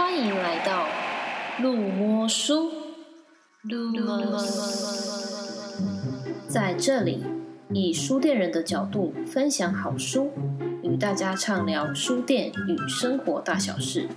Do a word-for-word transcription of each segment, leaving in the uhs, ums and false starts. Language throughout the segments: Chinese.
欢迎来到路摸书。在这里，以书店人的角度分享好书，与大家畅聊书店与生活大小事。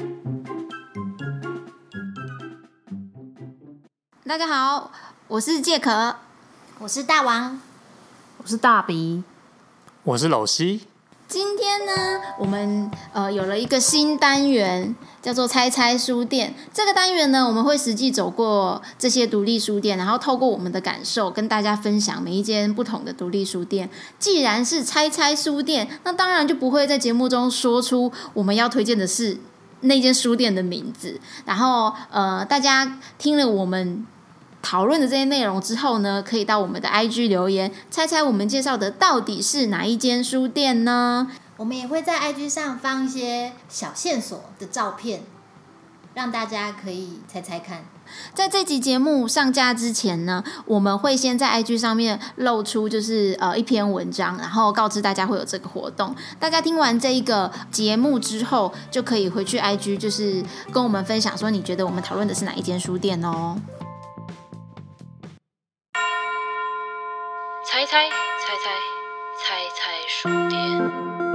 大家好，我是介可， 我是大王， 我是大鼻， 我是老西。 今天呢，我们呃有了一个新单元，叫做猜猜书店。这个单元呢，我们会实际走过这些独立书店，然后透过我们的感受，跟大家分享每一间不同的独立书店。既然是猜猜书店，那当然就不会在节目中说出我们要推荐的是那间书店的名字。然后呃，大家听了我们讨论的这些内容之后呢，可以到我们的 I G 留言，猜猜我们介绍的到底是哪一间书店呢？ 我们也会在 I G 上放一些小线索的照片，让大家可以猜猜看。 在这集节目上架之前呢，我们会先在 I G 上面露出就是呃一篇文章，然后告知大家会有这个活动。大家听完这一个节目之后，就可以回去 I G 就是跟我们分享说你觉得我们讨论的是哪一间书店哦。 猜猜猜猜猜猜书店。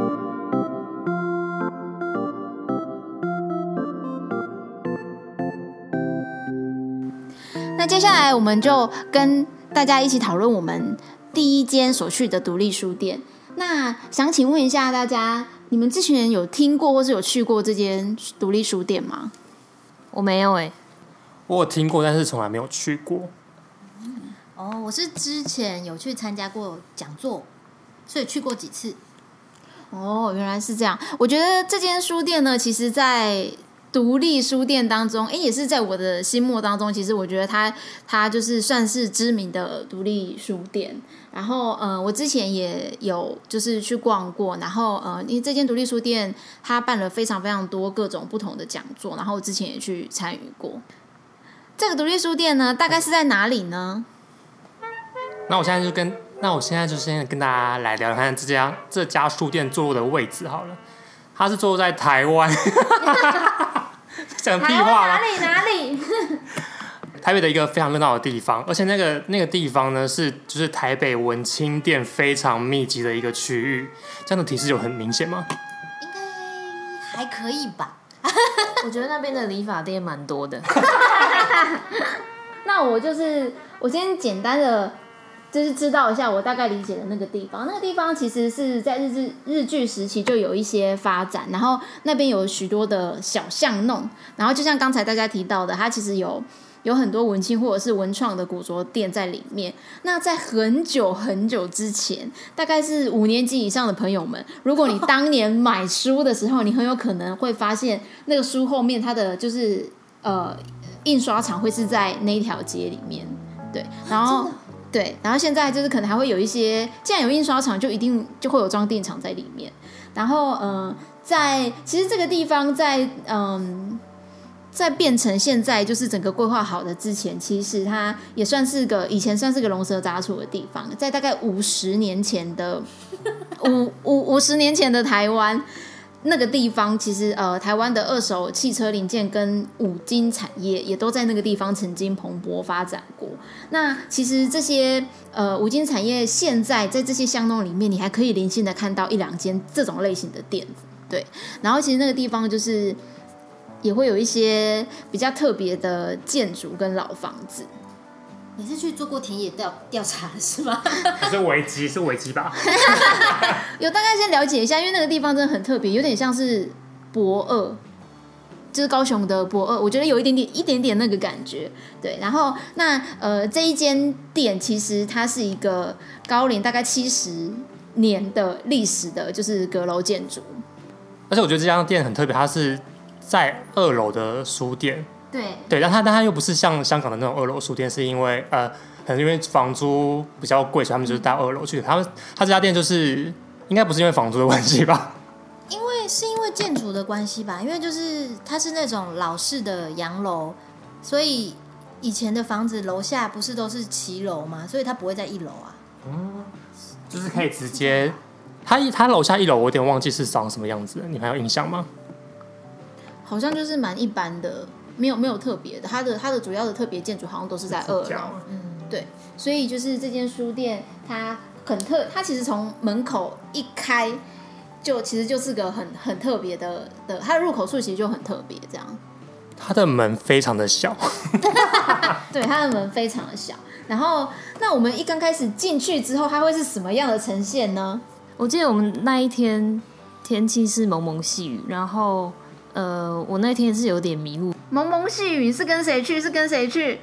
那接下来我们就跟大家一起讨论我们第一间所去的独立书店。那想请问一下大家，你们之前有听过或是有去过这间独立书店吗？ 我没有哎、欸， 我有听过，但是从来没有去过。 哦，我是之前有去参加过讲座，所以去过几次。 哦，原来是这样。我觉得这间书店呢，其实在独立书店当中，哎，也是在我的心目当中，其实我觉得它它就是算是知名的独立书店。然后，呃，我之前也有就是去逛过，然后呃，因为这间独立书店它办了非常非常多各种不同的讲座，然后我之前也去参与过。这个独立书店呢，大概是在哪里呢？ 那我现在就跟那我现在就先跟大家来聊聊看这家这家书店坐落的位置好了。它是坐落在台湾，讲屁话吗？ 哪里哪里？ 台北的一个非常热闹的地方，而且那个那个地方呢是就是台北文青店非常密集的一个区域。这样的提示有很明显吗？ 应该还可以吧。 我觉得那边的理发店蛮多的。 那我就是我先简单的。就是知道一下我大概理解的那个地方，那个地方其实是在日日日据时期就有一些发展，然后那边有许多的小巷弄，然后就像刚才大家提到的，它其实有有很多文青或者是文创的古着店在里面。那在很久很久之前，大概是五年级以上的朋友们，如果你当年买书的时候，你很有可能会发现那个书后面它的就是呃印刷厂会是在那一条街里面，对，然后。对，然后现在就是可能还会有一些，既然有印刷厂，就一定就会有装订厂在里面。然后，嗯、呃，在其实这个地方在嗯，在变成现在就是整个规划好的之前，其实它也算是个以前算是个龙蛇杂处的地方。在大概五十年前的五五五十年前的台湾。那个地方其实呃，台湾的二手汽车零件跟五金产业也都在那个地方曾经蓬勃发展过。那其实这些呃五金产业现在在这些巷弄里面，你还可以零星的看到一两间这种类型的店子，对。然后其实那个地方就是也会有一些比较特别的建筑跟老房子。 你是去做过田野调调查是吗？ 还是维基？是维基吧？ 有大概先了解一下，因为那个地方真的很特别，有点像是博二，就是高雄的博二，我觉得有一点点一点点那个感觉。对，然后那呃这一间店其实它是一个高龄大概七十年的历史的，就是阁楼建筑。 而且我觉得这家店很特别，它是在二楼的书店。 对对，但它但它又不是像香港的那种二楼书店，是因为呃，可能因为房租比较贵，所以他们就是到二楼去。他们他这家店就是应该不是因为房租的关系吧？ 因为是因为建筑的关系吧，因为就是它是那种老式的洋楼，所以以前的房子楼下不是都是骑楼嘛，所以它不会在一楼啊。 嗯，就是可以直接，它它楼下一楼我有点忘记是长什么样子了，你还有印象吗？ 好像就是蛮一般的，没有没有特别的。它的它的主要的特别建筑好像都是在二楼， 嗯， 对，所以就是这间书店它很特，它其实从门口一开就其实就是个很很特别的的，它的入口处其实就很特别这样。 它的门非常的小， 对，它的门非常的小。然后，那我们一刚开始进去之后，它会是什么样的呈现呢？ 我记得我们那一天天气是蒙蒙细雨，然后呃，我那天是有点迷路。 蒙蒙细雨是跟谁去？是跟谁去？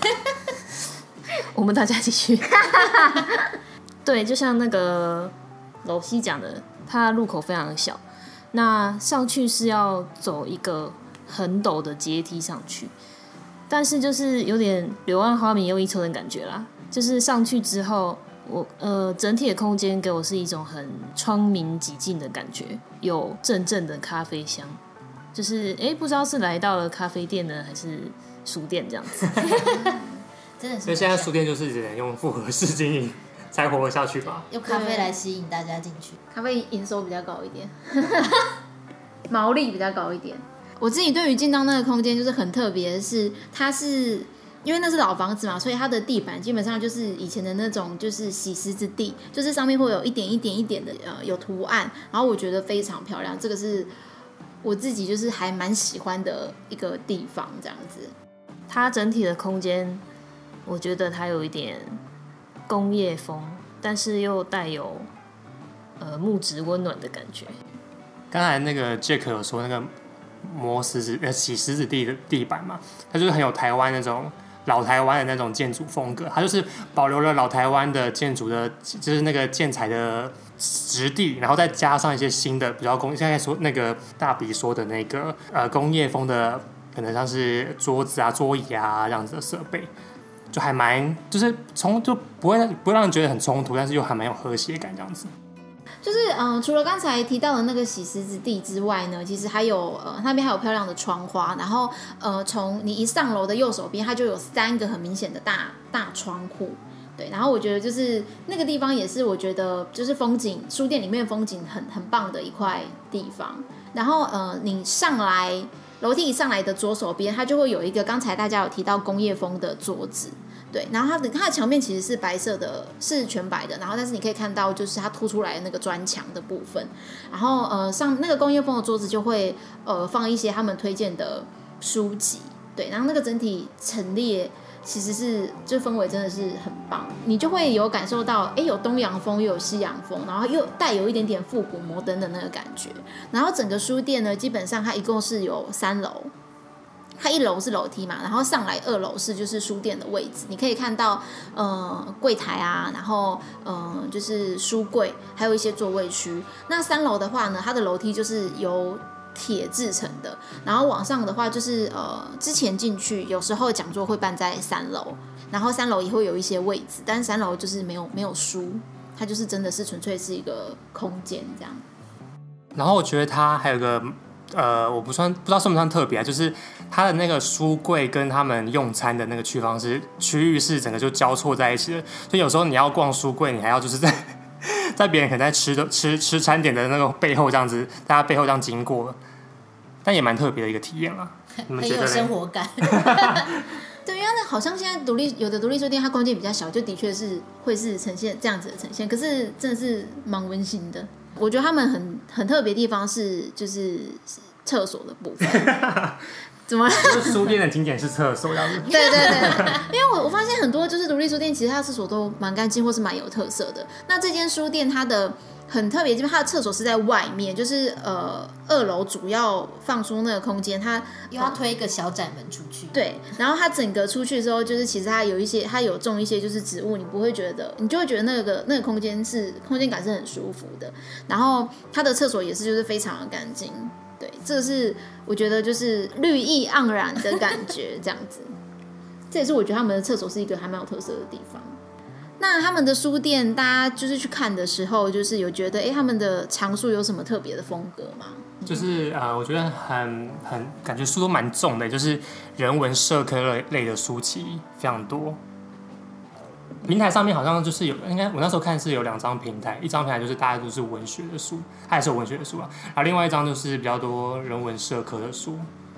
我们大家一起去。对，就像那个楼西讲的，它入口非常的小，那上去是要走一个很陡的阶梯上去，但是就是有点柳暗花明又一村的感觉啦。就是上去之后，我呃整体的空间给我是一种很窗明几净的感觉，有阵阵的咖啡香，就是哎不知道是来到了咖啡店呢还是书店这样子。 真的是。 所以现在书店就是只能用复合式经营才活得下去吧？ 用咖啡来吸引大家进去， 咖啡营收比较高一点，毛利比较高一点。我自己对于进到那个空间就是很特别的是，它是因为那是老房子嘛，所以它的地板基本上就是以前的那种就是洗石子地，就是上面会有一点一点一点的呃有图案，然后我觉得非常漂亮，这个是我自己就是还蛮喜欢的一个地方这样子。 它整体的空间，我觉得它有一点工业风，但是又带有呃木质温暖的感觉。 刚才那个 Jack 有说那个磨石子呃洗石子地的地板嘛，它就是很有台湾那种老台湾的那种建筑风格，它就是保留了老台湾的建筑的，就是那个建材的质地，然后再加上一些新的比较工，现在说那个大比说的那个呃工业风的，可能像是桌子啊、桌椅啊这样子的设备，就还蛮就是冲就不会不会让人觉得很冲突，但是又还蛮有和谐感这样子。 就是嗯、呃，除了刚才提到的那个洗石子地之外呢，其实还有呃那边还有漂亮的窗花，然后呃从你一上楼的右手边，它就有三个很明显的大大窗户，对，然后我觉得就是那个地方也是我觉得就是风景书店里面风景很很棒的一块地方。然后呃你上来楼梯一上来的左手边，它就会有一个刚才大家有提到工业风的桌子。对，然后它的它的墙面其实是白色的，是全白的，然后但是你可以看到就是它凸出来的那个砖墙的部分，然后呃上那个工业风的桌子就会呃放一些他们推荐的书籍，对，然后那个整体陈列其实是就氛围真的是很棒，你就会有感受到哎有东洋风又有西洋风，然后又带有一点点复古摩登的那个感觉，然后整个书店呢基本上它一共是有三楼。它一楼是楼梯嘛，然后上来二楼是就是书店的位置，你可以看到呃柜台啊，然后呃就是书柜，还有一些座位区。那三楼的话呢，它的楼梯就是由铁制成的，然后往上的话就是呃之前进去有时候讲座会办在三楼，然后三楼也会有一些位置，但是三楼就是没有没有书，它就是真的是纯粹是一个空间这样。 然后我觉得它还有个。呃，我不算不知道算不算特别啊，就是它的那个书柜跟他们用餐的那个区方是区域是整个就交错在一起的，所以有时候你要逛书柜，你还要就是在在别人可能在吃的吃吃餐点的那个背后这样子，大家背后这样经过，但也蛮特别的一个体验啦。你们觉得很有生活感。 对，因为好像现在独立有的独立书店，它空间比较小，就的确是会是呈现这样子的呈现，可是真的是蛮温馨的。我觉得他们很很特别的地方是就是厕所的部分。怎么了？ 就是书店的景点是厕所，这样子。 对对对，因为我我发现很多就是独立书店，其实它的厕所都蛮干净，或是蛮有特色的。那这间书店它的很特别，就是它的厕所是在外面，就是呃二楼主要放书那个空间，它又要推一个小窄门出去。 对，然后它整个出去的时候，就是其实它有一些，它有种一些就是植物，你不会觉得，你就会觉得那个那个空间是空间感是很舒服的。然后它的厕所也是就是非常的干净。对，这个是我觉得就是绿意盎然的感觉，这样子。这也是我觉得他们的厕所是一个还蛮有特色的地方。那他们的书店，大家就是去看的时候，就是有觉得，哎，他们的藏书有什么特别的风格吗？ 就是呃，我觉得很很感觉书都蛮重的，就是人文社科类类的书籍非常多。平台上面好像就是有，应该我那时候看是有两张平台，一张平台就是大家都是文学的书，它也是有文学的书啊，然后另外一张就是比较多人文社科的书，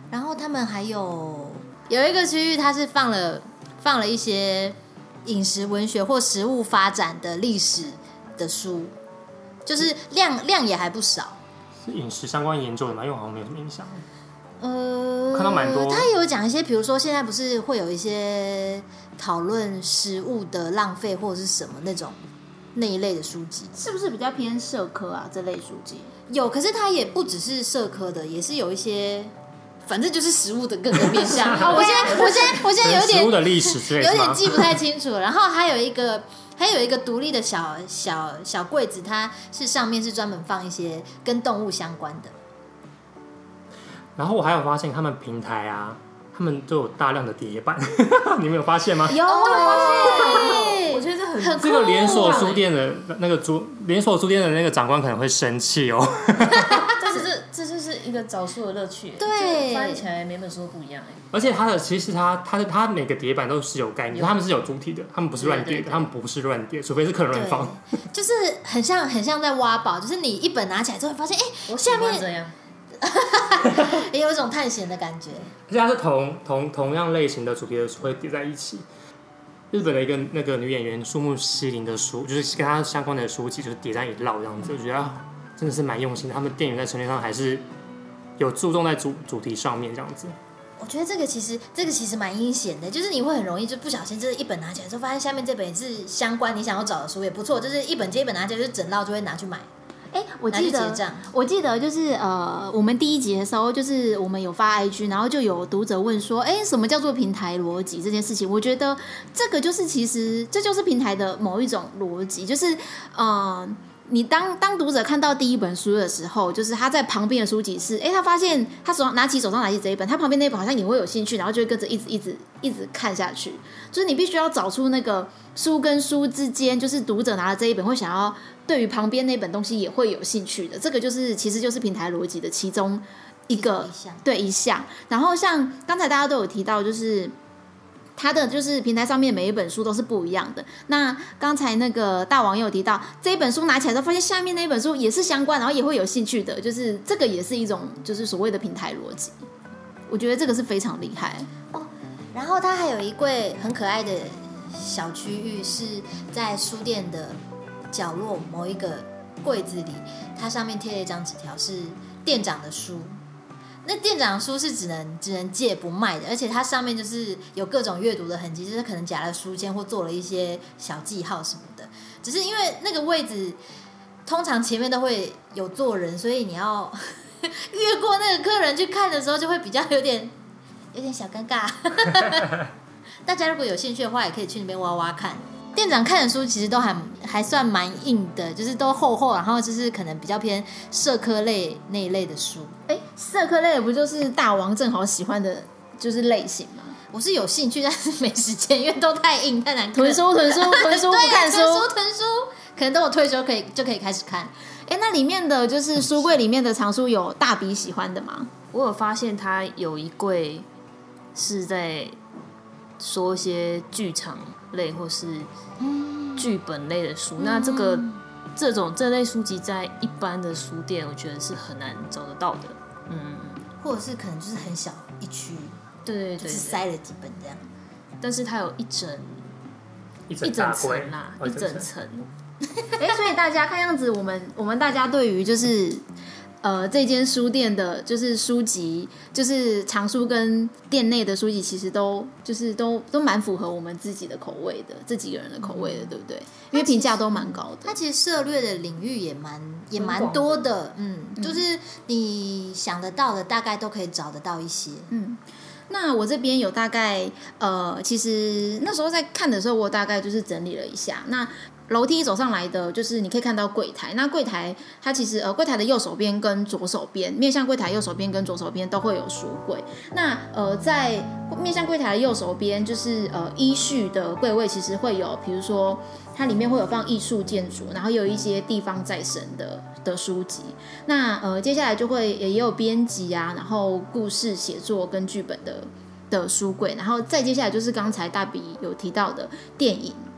然后他们还有有一个区域，它是放了放了一些饮食文学或食物发展的历史的书，就是量量也还不少。 是饮食相关研究的嘛？因为我好像没有什么印象。 呃， 看到蛮多。 他有讲一些，比如说现在不是会有一些讨论食物的浪费或者是什么那种那一类的书籍， 是不是比较偏社科啊这类书籍？ 有，可是它也不只是社科的，也是有一些，反正就是食物的各个面向。我现在我现在我现在有点食物的历史之类的， 有点记不太清楚了。然后还有一个还有一个独立的小小小柜子，它是上面是专门放一些跟动物相关的。 然后我还有发现他们平台啊，他们都有大量的叠版，你们有发现吗？ 有，对， 我觉得这很很这个连锁书店的那个主连锁书店的那个长官可能会生气哦。 但是这这就是一个找书的乐趣， 对， 翻起来每本书都不一样哎。 而且它的其实它它的它每个叠版都是有概念，他们是有主体的，他们不是乱叠的，他们不是乱叠，除非是客人乱放。 就是很像很像在挖宝，就是你一本拿起来之后，发现哎，下面这样。 也有一种探险的感觉， 而且它是同同同样类型的主题的书会叠在一起。日本的一个那个女演员树木希林的书，就是跟她相关的书籍，就是叠在一摞这样子，我觉得真的是蛮用心的。他们店员在陈列上还是有注重在主主题上面这样子。 我觉得这个其实这个其实蛮阴险的，就是你会很容易就不小心就是一本拿起来之后，发现下面这本也是相关你想要找的书，也不错，就是一本接一本拿起来，就整摞就会拿去买。 哎，我记得，我记得就是呃，我们第一集的时候，就是我们有发 I G， 然后就有读者问说，哎，什么叫做平台逻辑这件事情？我觉得这个就是其实这就是平台的某一种逻辑，就是呃，你当当读者看到第一本书的时候，就是他在旁边的书籍是，哎，他发现他手上拿起手上拿起这一本，他旁边那一本好像也会有兴趣，然后就会跟着一直一直一直看下去。就是你必须要找出那个书跟书之间，就是读者拿了这一本会想要对于旁边那本东西也会有兴趣的，这个就是其实就是平台逻辑的其中一个一对一项。然后像刚才大家都有提到，就是它的就是平台上面每一本书都是不一样的。那刚才那个大王也有提到，这一本书拿起来之后，发现下面那一本书也是相关，然后也会有兴趣的，就是这个也是一种就是所谓的平台逻辑。我觉得这个是非常厉害哦。然后它还有一柜很可爱的小区域，是在书店的角落某一个柜子里，它上面贴了一张纸条，是店长的书。那店长的书是只能只能借不卖的，而且它上面就是有各种阅读的痕迹，就是可能夹了书签或做了一些小记号什么的。只是因为那个位置通常前面都会有坐人，所以你要越过那个客人去看的时候，就会比较有点有点小尴尬。大家如果有兴趣的话，也可以去那边挖挖看。店长看的书其实都还还算蛮硬的，就是都厚厚，然后就是可能比较偏社科类那一类的书。 哎，社科类不就是大王正好喜欢的就是类型吗？ 我是有兴趣，但是没时间，因为都太硬太难看。 囤书囤书囤书不看书， 囤书囤书，可能等我退休可以就可以开始看。 哎，那里面的就是书柜里面的藏书有大笔喜欢的吗？ 我有发现它有一柜是在说一些剧场类或是剧本类的书，嗯、那这个这种这类书籍在一般的书店，我觉得是很难找得到的。嗯， 或者是可能就是很小一区， 对对 对, 对， 就是塞了几本这样。 但是它有一整一整层啦，一整层。 哎，所以大家看样子，我们我们大家对于就是呃这间书店的，就是书籍，就是藏书跟店内的书籍，其实都就是都都蛮符合我们自己的口味的，这几个人的口味的，对不对？因为评价都蛮高的。 它其实涉猎的领域也蛮也蛮多的，嗯，就是你想得到的，大概都可以找得到一些， 嗯。那我这边有大概呃，其实那时候在看的时候，我大概就是整理了一下。那楼梯走上来的，就是你可以看到柜台。那柜台它其实呃，柜台的右手边跟左手边，面向柜台右手边跟左手边都会有书柜。那呃，在面向柜台的右手边，就是呃依序的柜位，其实会有，比如说它里面会有放艺术建筑，然后有一些地方再生的的书籍。那呃，接下来就会也有编辑啊，然后故事写作跟剧本的的书柜，然后再接下来就是刚才大比有提到的电影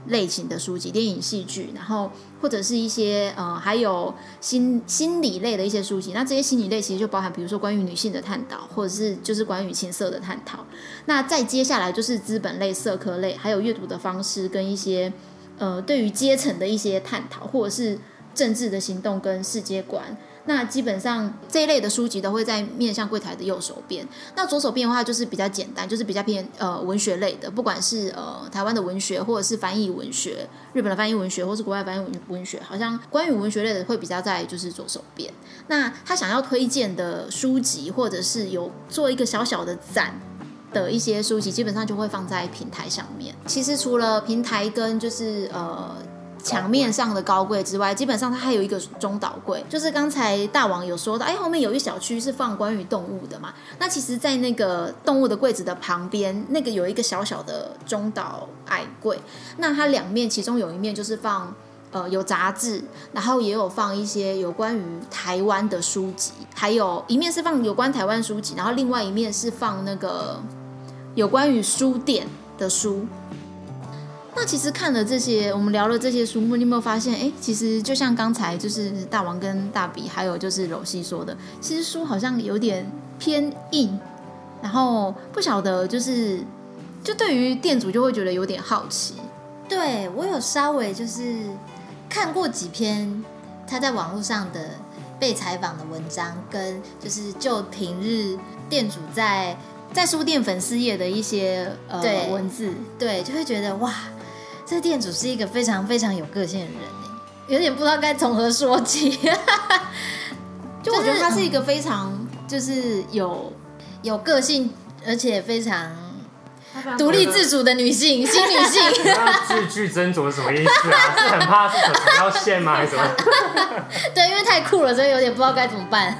类型的书籍，电影、戏剧，然后或者是一些呃，还有心心理类的一些书籍。那这些心理类其实就包含，比如说关于女性的探讨，或者是就是关于情色的探讨。那再接下来就是资本类、社科类，还有阅读的方式跟一些呃对于阶层的一些探讨，或者是政治的行动跟世界观。那基本上这一类的书籍都会在面向柜台的右手边。那左手边的话就是比较简单，就是比较偏呃文学类的，不管是呃台湾的文学，或者是翻译文学，日本的翻译文学，或是国外翻译文学，好像关于文学类的会比较在就是左手边。那他想要推荐的书籍，或者是有做一个小小的展的一些书籍，基本上就会放在平台上面。其实除了平台跟就是呃墙面上的高柜之外，基本上它还有一个中岛柜，就是刚才大王有说到，哎，后面有一小区是放关于动物的嘛。那其实在那个动物的柜子的旁边，那个有一个小小的中岛矮柜，那它两面其中有一面就是放呃有杂志，然后也有放一些有关于台湾的书籍，还有一面是放有关台湾书籍，然后另外一面是放那个有关于书店的书。那其实看了这些，我们聊了这些书目，你有没有发现，哎，其实就像刚才就是大王跟大比，还有就是柔西说的，其实书好像有点偏硬，然后不晓得就是，就对于店主就会觉得有点好奇。 对，我有稍微就是看过几篇他在网络上的被采访的文章，跟就是就平日店主在在书店粉丝页的一些呃文字，对，就会觉得哇。这个店主是一个非常非常有个性的人，有点不知道该从何说起。 就我觉得她是一个非常就是有有个性，而且非常独立自主的女性，新女性。 字句斟酌是什么意思啊？是很怕是什么要线吗？还是什么？ 对，因为太酷了，所以有点不知道该怎么办。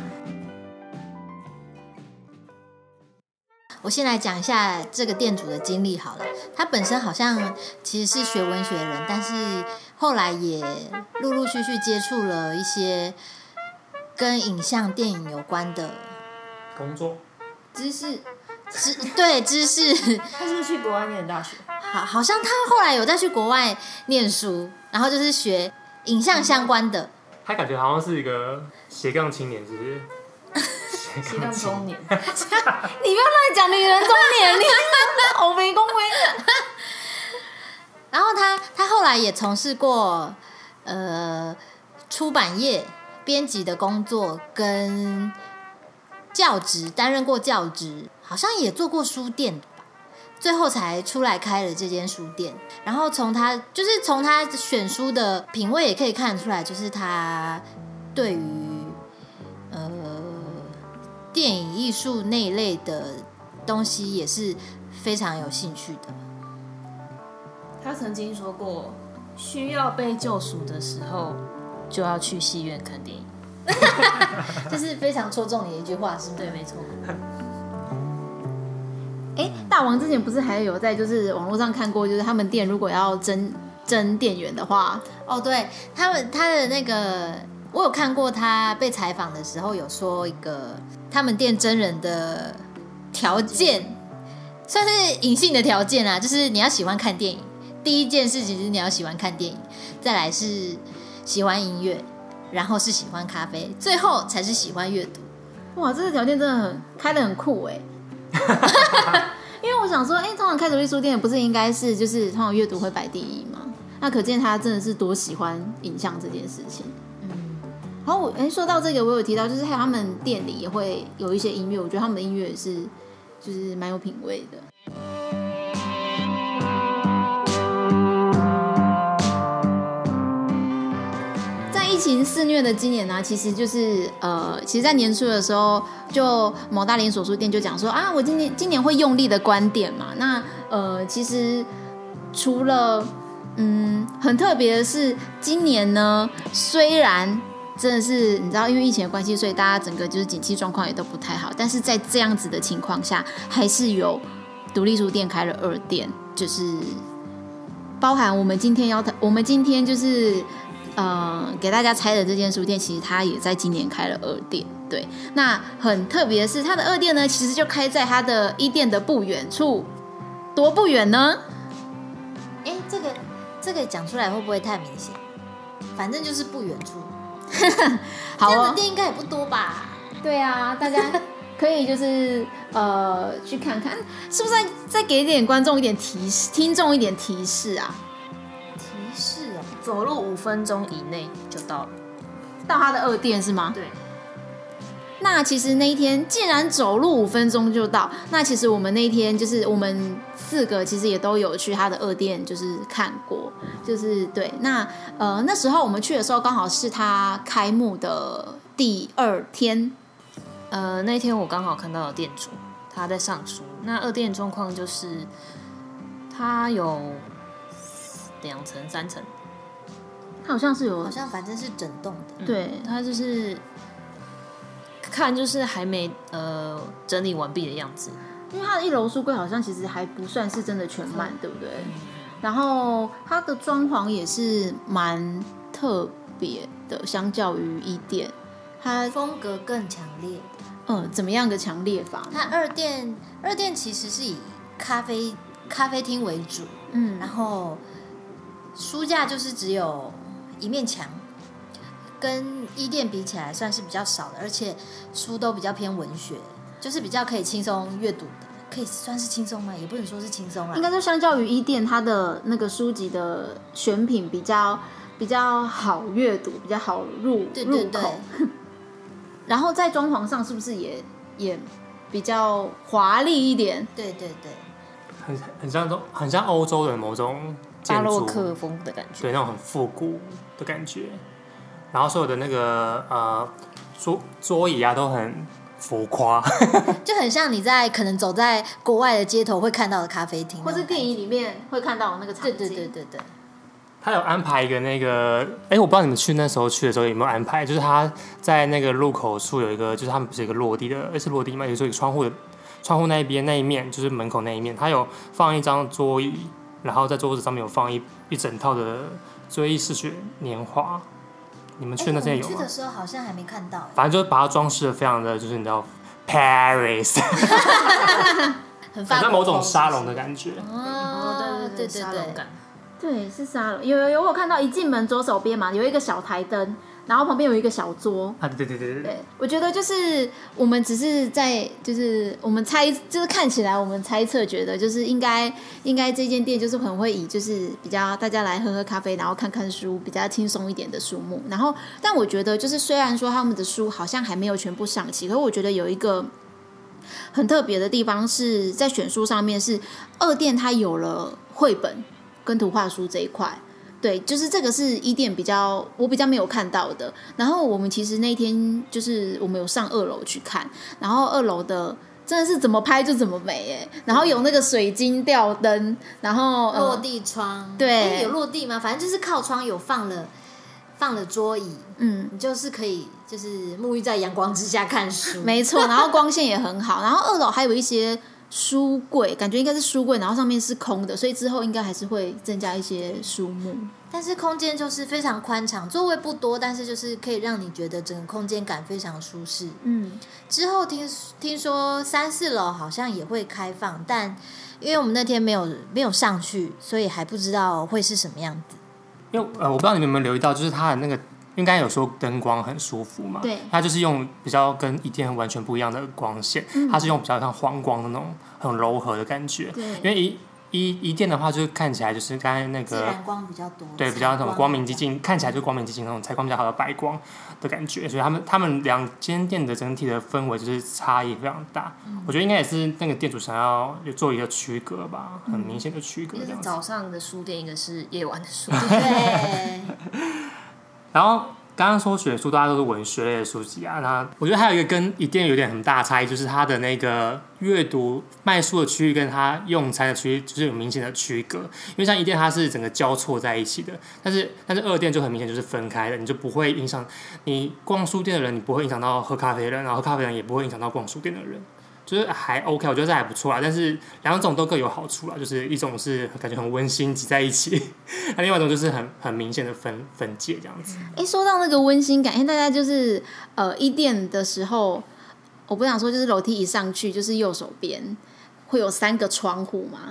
我先来讲一下这个店主的经历好了。他本身好像其实是学文学的人，但是后来也陆陆续续接触了一些跟影像电影有关的工作知识， 知对知识。 他是不是去国外念大学？ 好，好像他后来有再去国外念书，然后就是学影像相关的。 他感觉好像是一个斜杠青年，是不是？ 斜杠中年， 你不要乱讲女人中年，你我没恭维。 然后他他后来也从事过呃出版业编辑的工作，跟教职担任过教职，好像也做过书店吧，最后才出来开了这间书店。然后从他就是从他选书的品味也可以看得出来，就是他对于呃。电影艺术那一类的东西也是非常有兴趣的。 他曾经说过，需要被救赎的时候，就要去戏院看电影。 这是非常戳中你的一句话，是吗？ 对，没错。 哎，大王之前不是还有在就是网络上看过，就是他们店如果要征征店员的话， 哦，对他们他的那个，我有看过他被采访的时候有说一个。他们店真人的条件算是隐性的条件啊，就是你要喜欢看电影，第一件事情是你要喜欢看电影，再来是喜欢音乐，然后是喜欢咖啡，最后才是喜欢阅读。 哇，这个条件真的很开得很酷哎！因为我想说，哎，通常开独立书店不是应该是就是通常阅读会摆第一吗？那可见他真的是多喜欢影像这件事情。然后我哎，说到这个，我有提到，就是还有他们店里也会有一些音乐，我觉得他们的音乐也是就是蛮有品味的。在疫情肆虐的今年呢、啊，其实就是呃，其实，在年初的时候，就某大连锁书店就讲说啊，我今年今年会用力的关店嘛。那呃，其实除了嗯，很特别的是，今年呢，虽然真的是你知道，因为疫情的关系，所以大家整个就是景气状况也都不太好。但是在这样子的情况下，还是有独立书店开了二店，就是包含我们今天要我们今天就是呃给大家猜的这间书店，其实它也在今年开了二店。对，那很特别的是，它的二店呢，其实就开在它的一店的不远处，多不远呢？ 哎，这个个讲出来会不会太明显？反正就是不远处。 好、哦， 这样的店应该也不多吧？ 对啊，大家可以就是呃去看看，是不是再再给点观众一点提示，听众一点提示啊？ 提示哦， 走路五分钟以内就到了。 到他的二店是吗？ 对。 那其实那一天竟然走路五分钟就到，那其实我们那一天就是我们四个其实也都有去他的二店就是看过，就是对。那呃那时候我们去的时候刚好是他开幕的第二天， 呃那天我刚好看到店主他在上书。那二店状况就是它有两层三层， 他好像是有好像反正是整栋的。 对， 嗯、它就是看就是还没呃整理完毕的样子。 因为它的一楼书柜好像其实还不算是真的全满，对不对？然后它的装潢也是蛮特别的，相较于一店，它风格更强烈。 嗯，怎么样的强烈法？ 它二店二店其实是以咖啡咖啡厅为主， 嗯， 然后书架就是只有一面墙，跟一店比起来算是比较少的，而且书都比较偏文学，就是比较可以轻松阅读的，可以算是轻松吗？也不能说是轻松啊， 应该说相较于一店，它的那个书籍的选品比较比较好阅读，比较好入对对对入口。然后在装潢上是不是也也比较华丽一点？ 对对对， 很很像都很像欧洲的某种建筑， 巴洛克风的感觉， 对，那种很复古的感觉。然后所有的那个呃桌桌椅啊都很浮夸， 就很像你在可能走在国外的街头会看到的咖啡厅， 或是电影里面会看到的那个场景。 对对对对对。 他有安排一个那个，哎，我不知道你们去那时候去的时候有没有安排，就是他在那个入口处有一个，就是他们不是有一个落地的，是落地嘛，有时候有窗户的窗户那一边那一面，就是门口那一面，他有放一张桌椅，然后在桌子上面有放一一整套的追忆似水年华。你们去那天有吗？ 我们去的时候好像还没看到， 反正就是把它装饰的非常的，就是你知道 Paris， 很好像某种沙龙的感觉。 哦，对对对对， 对，是沙龙。有有有，我看到一进门左手边嘛，有一个小台灯，然后旁边有一个小桌。 啊，对对对对对。 对，我觉得就是我们只是在，就是我们猜，就是看起来我们猜测觉得就是应该应该这间店就是很会以就是比较大家来喝喝咖啡，然后看看书，比较轻松一点的书目。然后，但我觉得就是虽然说他们的书好像还没有全部上齐，可是我觉得有一个很特别的地方是在选书上面是二店它有了绘本跟图画书这一块。对，就是这个是一店比较我比较没有看到的。然后我们其实那天就是我们有上二楼去看，然后二楼的真的是怎么拍就怎么美哎，然后有那个水晶吊灯，然后、呃、 落地窗， 对， 有落地吗？反正就是靠窗有放了放了桌椅， 嗯， 你就是可以就是沐浴在阳光之下看书， 没错，然后光线也很好，然后二楼还有一些书柜，感觉应该是书柜，然后上面是空的，所以之后应该还是会增加一些书目。 但是空间就是非常宽敞，座位不多，但是就是可以让你觉得整个空间感非常舒适。 嗯， 之后听听说三四楼好像也会开放，但因为我们那天没有没有上去，所以还不知道会是什么样子。 因为呃，我不知道你们有没有留意到，就是它的那个应该有说灯光很舒服嘛， 对， 它就是用比较跟一店完全不一样的光线， 嗯、 它是用比较像黄光的那种很柔和的感觉， 对， 因为一一一店的话，就是看起来就是刚才那个自然光比较多， 对，比较那种光明激进，看起来就是光明激进那种采光比较好的白光的感觉，所以他们他们两间店的整体的氛围就是差异非常大。嗯、我觉得应该也是那个店主想要做一个区隔吧，很明显的区隔这样子。 一个是早上的书店，一个是夜晚的书店。 对。 然后刚刚说选书，大家都是文学类的书籍啊。那我觉得还有一个跟一店有点很大的差异，就是它的那个阅读卖书的区域跟它用餐的区域就是有明显的区隔。因为像一店它是整个交错在一起的，但是但是二店就很明显就是分开的，你就不会影响你逛书店的人，你不会影响到喝咖啡的人，然后喝咖啡的人也不会影响到逛书店的人。就是还 OK， 我觉得这还不错啦。但是两种都各有好处啦，就是一种是感觉很温馨挤在一起，那另外一种就是很很明显的分分界这样子。 哎，说到那个温馨感，因为大家就是呃一店的时候，我不想说就是楼梯一上去就是右手边会有三个窗户嘛，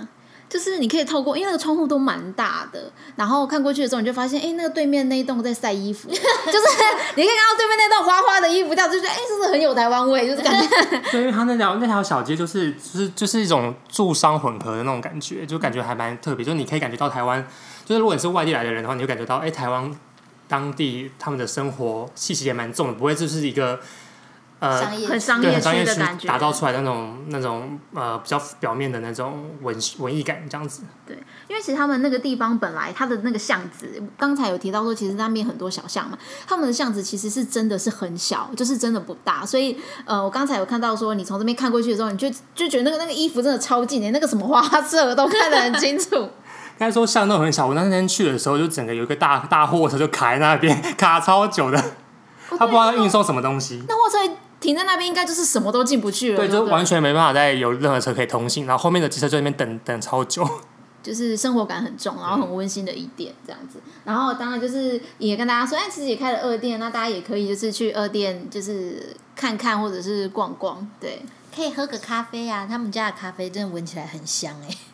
就是你可以透过，因为那个窗户都蛮大的，然后看过去的时候，你就发现，哎，那个对面那一栋在晒衣服，就是你可以看到对面那栋花花的衣服，这样就觉得，哎，是不是很有台湾味？就是感觉， 对，因为它那条那条小街就是就是就是一种住商混合的那种感觉，就感觉还蛮特别，就是你可以感觉到台湾，就是如果你是外地来的人的话，你就感觉到，哎，台湾当地他们的生活气息也蛮重的，不会就是一个。呃， 商业很商业区的感觉， 打造出来的那种那种呃比较表面的那种文文艺感这样子。 对，因为其实他们那个地方本来它的那个巷子，刚才有提到说，其实那边很多小巷嘛，他们的巷子其实是真的是很小，就是真的不大，所以呃，我刚才有看到说，你从这边看过去的时候，你就就觉得那个那个衣服真的超近的，那个什么花色都看得很清楚。 刚才说巷弄很小，我那天去的时候，就整个有一个大大货车就卡在那边，卡超久的，他不知道要运送什么东西。 那货车停在那边应该就是什么都进不去了， 对， 对， 就完全没办法再有任何车可以通行，然后后面的机车就在那边等等超久， 就是生活感很重，然后很温馨的一店这样子。然后当然就是也跟大家说，哎，其实也开了二店，那大家也可以就是去二店就是看看或者是逛逛，对， 可以喝个咖啡啊，他们家的咖啡真的闻起来很香哎、欸。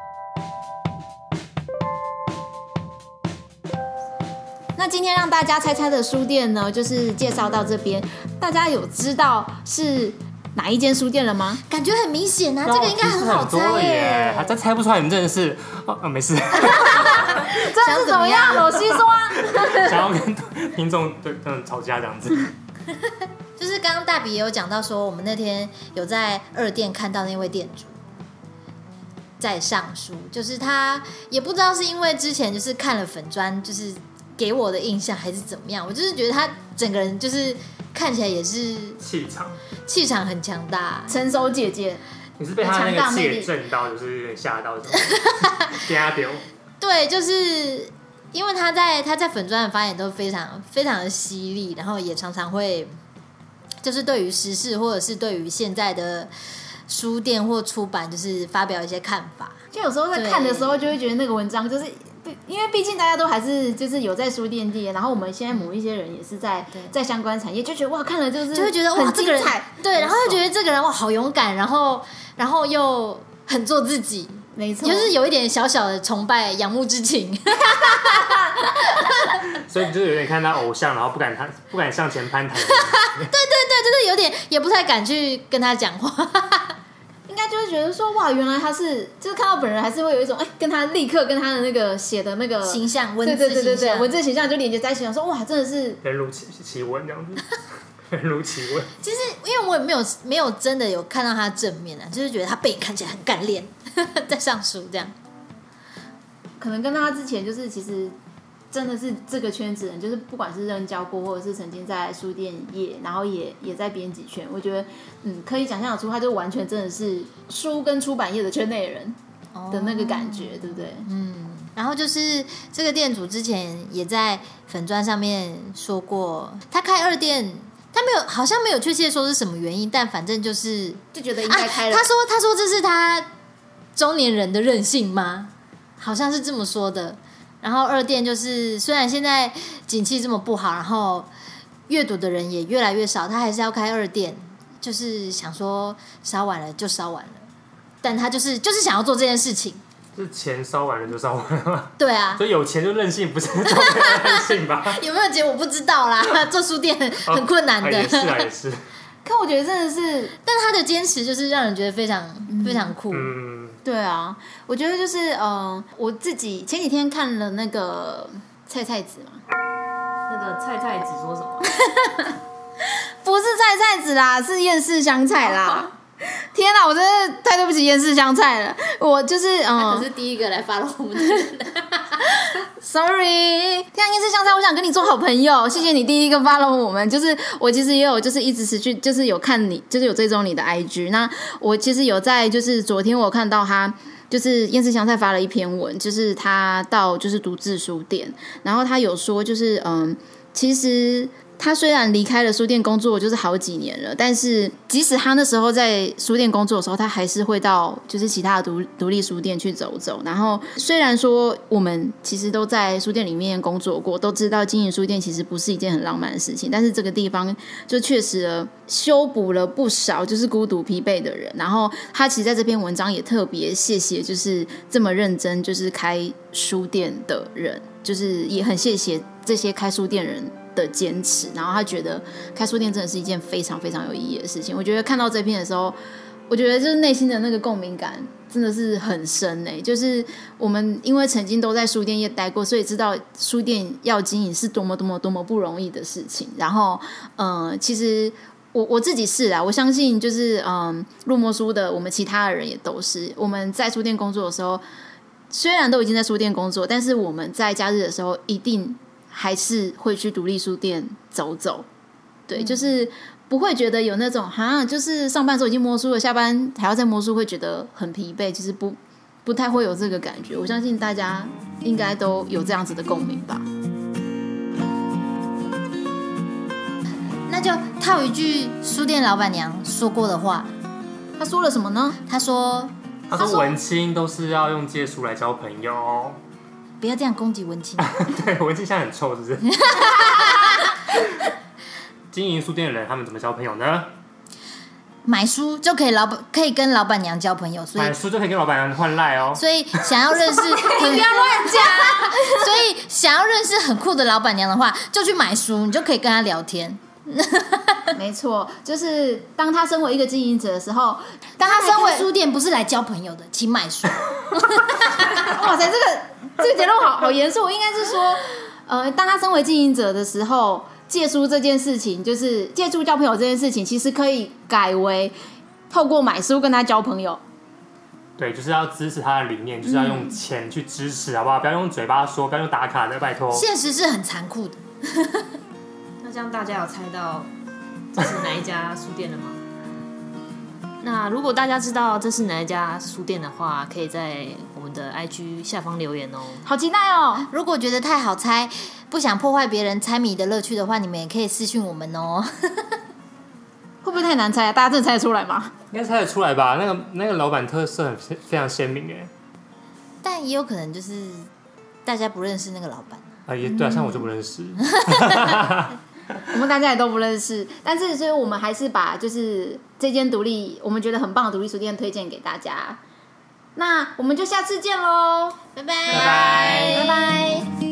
那今天让大家猜猜的书店呢，就是介绍到这边。大家有知道是哪一间书店了吗？ 感觉很明显啊，这个应该很好猜耶。 还真猜不出来，你们真的是哦，哦没事。 这是怎么样？老西说、啊， 想要跟听众对嗯吵架这样子。 就是刚刚大比也有讲到说，我们那天有在二店看到那位店主在上书，就是他也不知道是因为之前就是看了粉专，就是给我的印象还是怎么样，我就是觉得他整个人就是看起来也是气场， 气场很强大， 成熟姐姐。 你是被他那个气给震到，就是有点吓到，吓丢。 对，就是因为他在他在粉专的发言都非常非常的犀利，然后也常常会就是对于时事或者是对于现在的书店或出版，就是发表一些看法。 就有时候在看的时候，就会觉得那个文章就是。因为毕竟大家都还是就是有在书店界，然后我们现在某一些人也是在在相关产业，就觉得哇看了就是就会觉得哇这个人对，然后就觉得这个人哇好勇敢，然后然后又很做自己， 没错， 就是有一点小小的崇拜仰慕之情。 所以你就有点看他偶像，然后不敢他不敢向前攀谈。对对对，就是有点也不太敢去跟他讲话。 应该就会觉得说哇，原来他是，就是看到本人还是会有一种哎，跟他立刻跟他的那个写的那个形象、文字对对对对形象、 文字形象就连接在一起，说哇，真的是人如其其文这样子，人如其文。 其实因为我也没有没有真的有看到他正面啊，就是觉得他背影看起来很干练，在上书这样。 可能跟他之前就是其实。真的是这个圈子人，就是不管是任教过，或者是曾经在书店业，然后也也在编辑圈，我觉得，嗯，可以想象得出，他就完全真的是书跟出版业的圈内人的那个感觉，哦、对不对？ 嗯。然后就是这个店主之前也在粉专上面说过，他开二店，他没有好像没有确切说是什么原因，但反正就是就觉得应该开了。 啊、他说他说这是他中年人的任性吗？好像是这么说的。然后二店就是虽然现在景气这么不好，然后阅读的人也越来越少，他还是要开二店，就是想说烧完了就烧完了，但他就是就是想要做这件事情。 是钱烧完了就烧完了吗？ 对啊， 所以有钱就任性，不是任性吧？ 有没有钱我不知道啦，做书店很、哦、很困难的。 啊也是啊，也是。 可我觉得真的是， 但他的坚持就是让人觉得非常、嗯、非常酷。 嗯， 对啊，我觉得就是嗯、呃，我自己前几天看了那个菜菜子嘛， 那个菜菜子说什么？ 不是菜菜子啦，是厌世香菜啦。天哪，我真的太对不起厌世香菜了。我就是嗯， 他可是第一个来follow我们的人。 Sorry， 天啊，厌世香菜，我想跟你做好朋友，谢谢你第一个 follow 我们。就是我其实也有，就是一直持续，就是有看你，就是有追踪你的 I G。那我其实有在，就是昨天我有看到他。就是厌世香菜发了一篇文，就是他到就是独自书店，然后他有说就是嗯，其实他虽然离开了书店工作就是好几年了，但是即使他那时候在书店工作的时候，他还是会到就是其他的独独立书店去走走。然后虽然说我们其实都在书店里面工作过，都知道经营书店其实不是一件很浪漫的事情，但是这个地方就确实修补了不少就是孤独疲惫的人。然后他其实在这篇文章也特别谢谢就是这么认真就是开书店的人，就是也很谢谢这些开书店人的坚持，然后他觉得开书店真的是一件非常非常有意义的事情。我觉得看到这篇的时候，我觉得就是内心的那个共鸣感真的是很深诶、欸。就是我们因为曾经都在书店业待过，所以知道书店要经营是多么多么多么不容易的事情。然后，嗯、呃，其实我我自己是啊，我相信就是嗯，入魔书的我们其他的人也都是。我们在书店工作的时候，虽然都已经在书店工作，但是我们在假日的时候一定还是会去独立书店走走，对，嗯、就是不会觉得有那种哈，就是上班的时候已经摸书了，下班还要再摸书，会觉得很疲惫，其实不不太会有这个感觉。我相信大家应该都有这样子的共鸣吧。 那就套一句书店老板娘说过的话， 她说了什么呢？ 她说：“ 她说文青都是要用借书来交朋友。” 不要这样攻击文青。 对，文青现在很臭，是不是？经营书店的人，他们怎么交朋友呢？ 买书就可以老板可以跟老板娘交朋友，所以买书就可以跟老板娘换赖哦。 所以想要认识，你不要乱讲。所以想要认识很酷的老板娘的话，就去买书，你就可以跟她聊天。 没错，就是当他身为一个经营者的时候，当他身为书店不是来交朋友的，请买书。 哇塞，这个这个结论好好严肃，应该是说，呃，当他身为经营者的时候，借书这件事情，就是借书交朋友这件事情，其实可以改为透过买书跟他交朋友。 对，就是要支持他的理念，就是要用钱去支持，好不好？不要用嘴巴说，不要用打卡的，拜托。 现实是很残酷的。 那这样大家有猜到这是哪一家书店了吗？那如果大家知道这是哪一家书店的话，可以在我们的 I G 下方留言哦。 好期待哦！ 如果觉得太好猜，不想破坏别人猜谜的乐趣的话，你们也可以私讯我们哦。 会不会太难猜啊？大家真的猜得出来吗？ 应该猜得出来吧？那个那个老板特色很非常鲜明耶。 但也有可能就是大家不认识那个老板啊，也对啊，像我就不认识。 我们大家也都不认识，但是所以我们还是把就是这间独立我们觉得很棒的独立书店推荐给大家。那我们就下次见喽， 拜拜拜拜拜拜。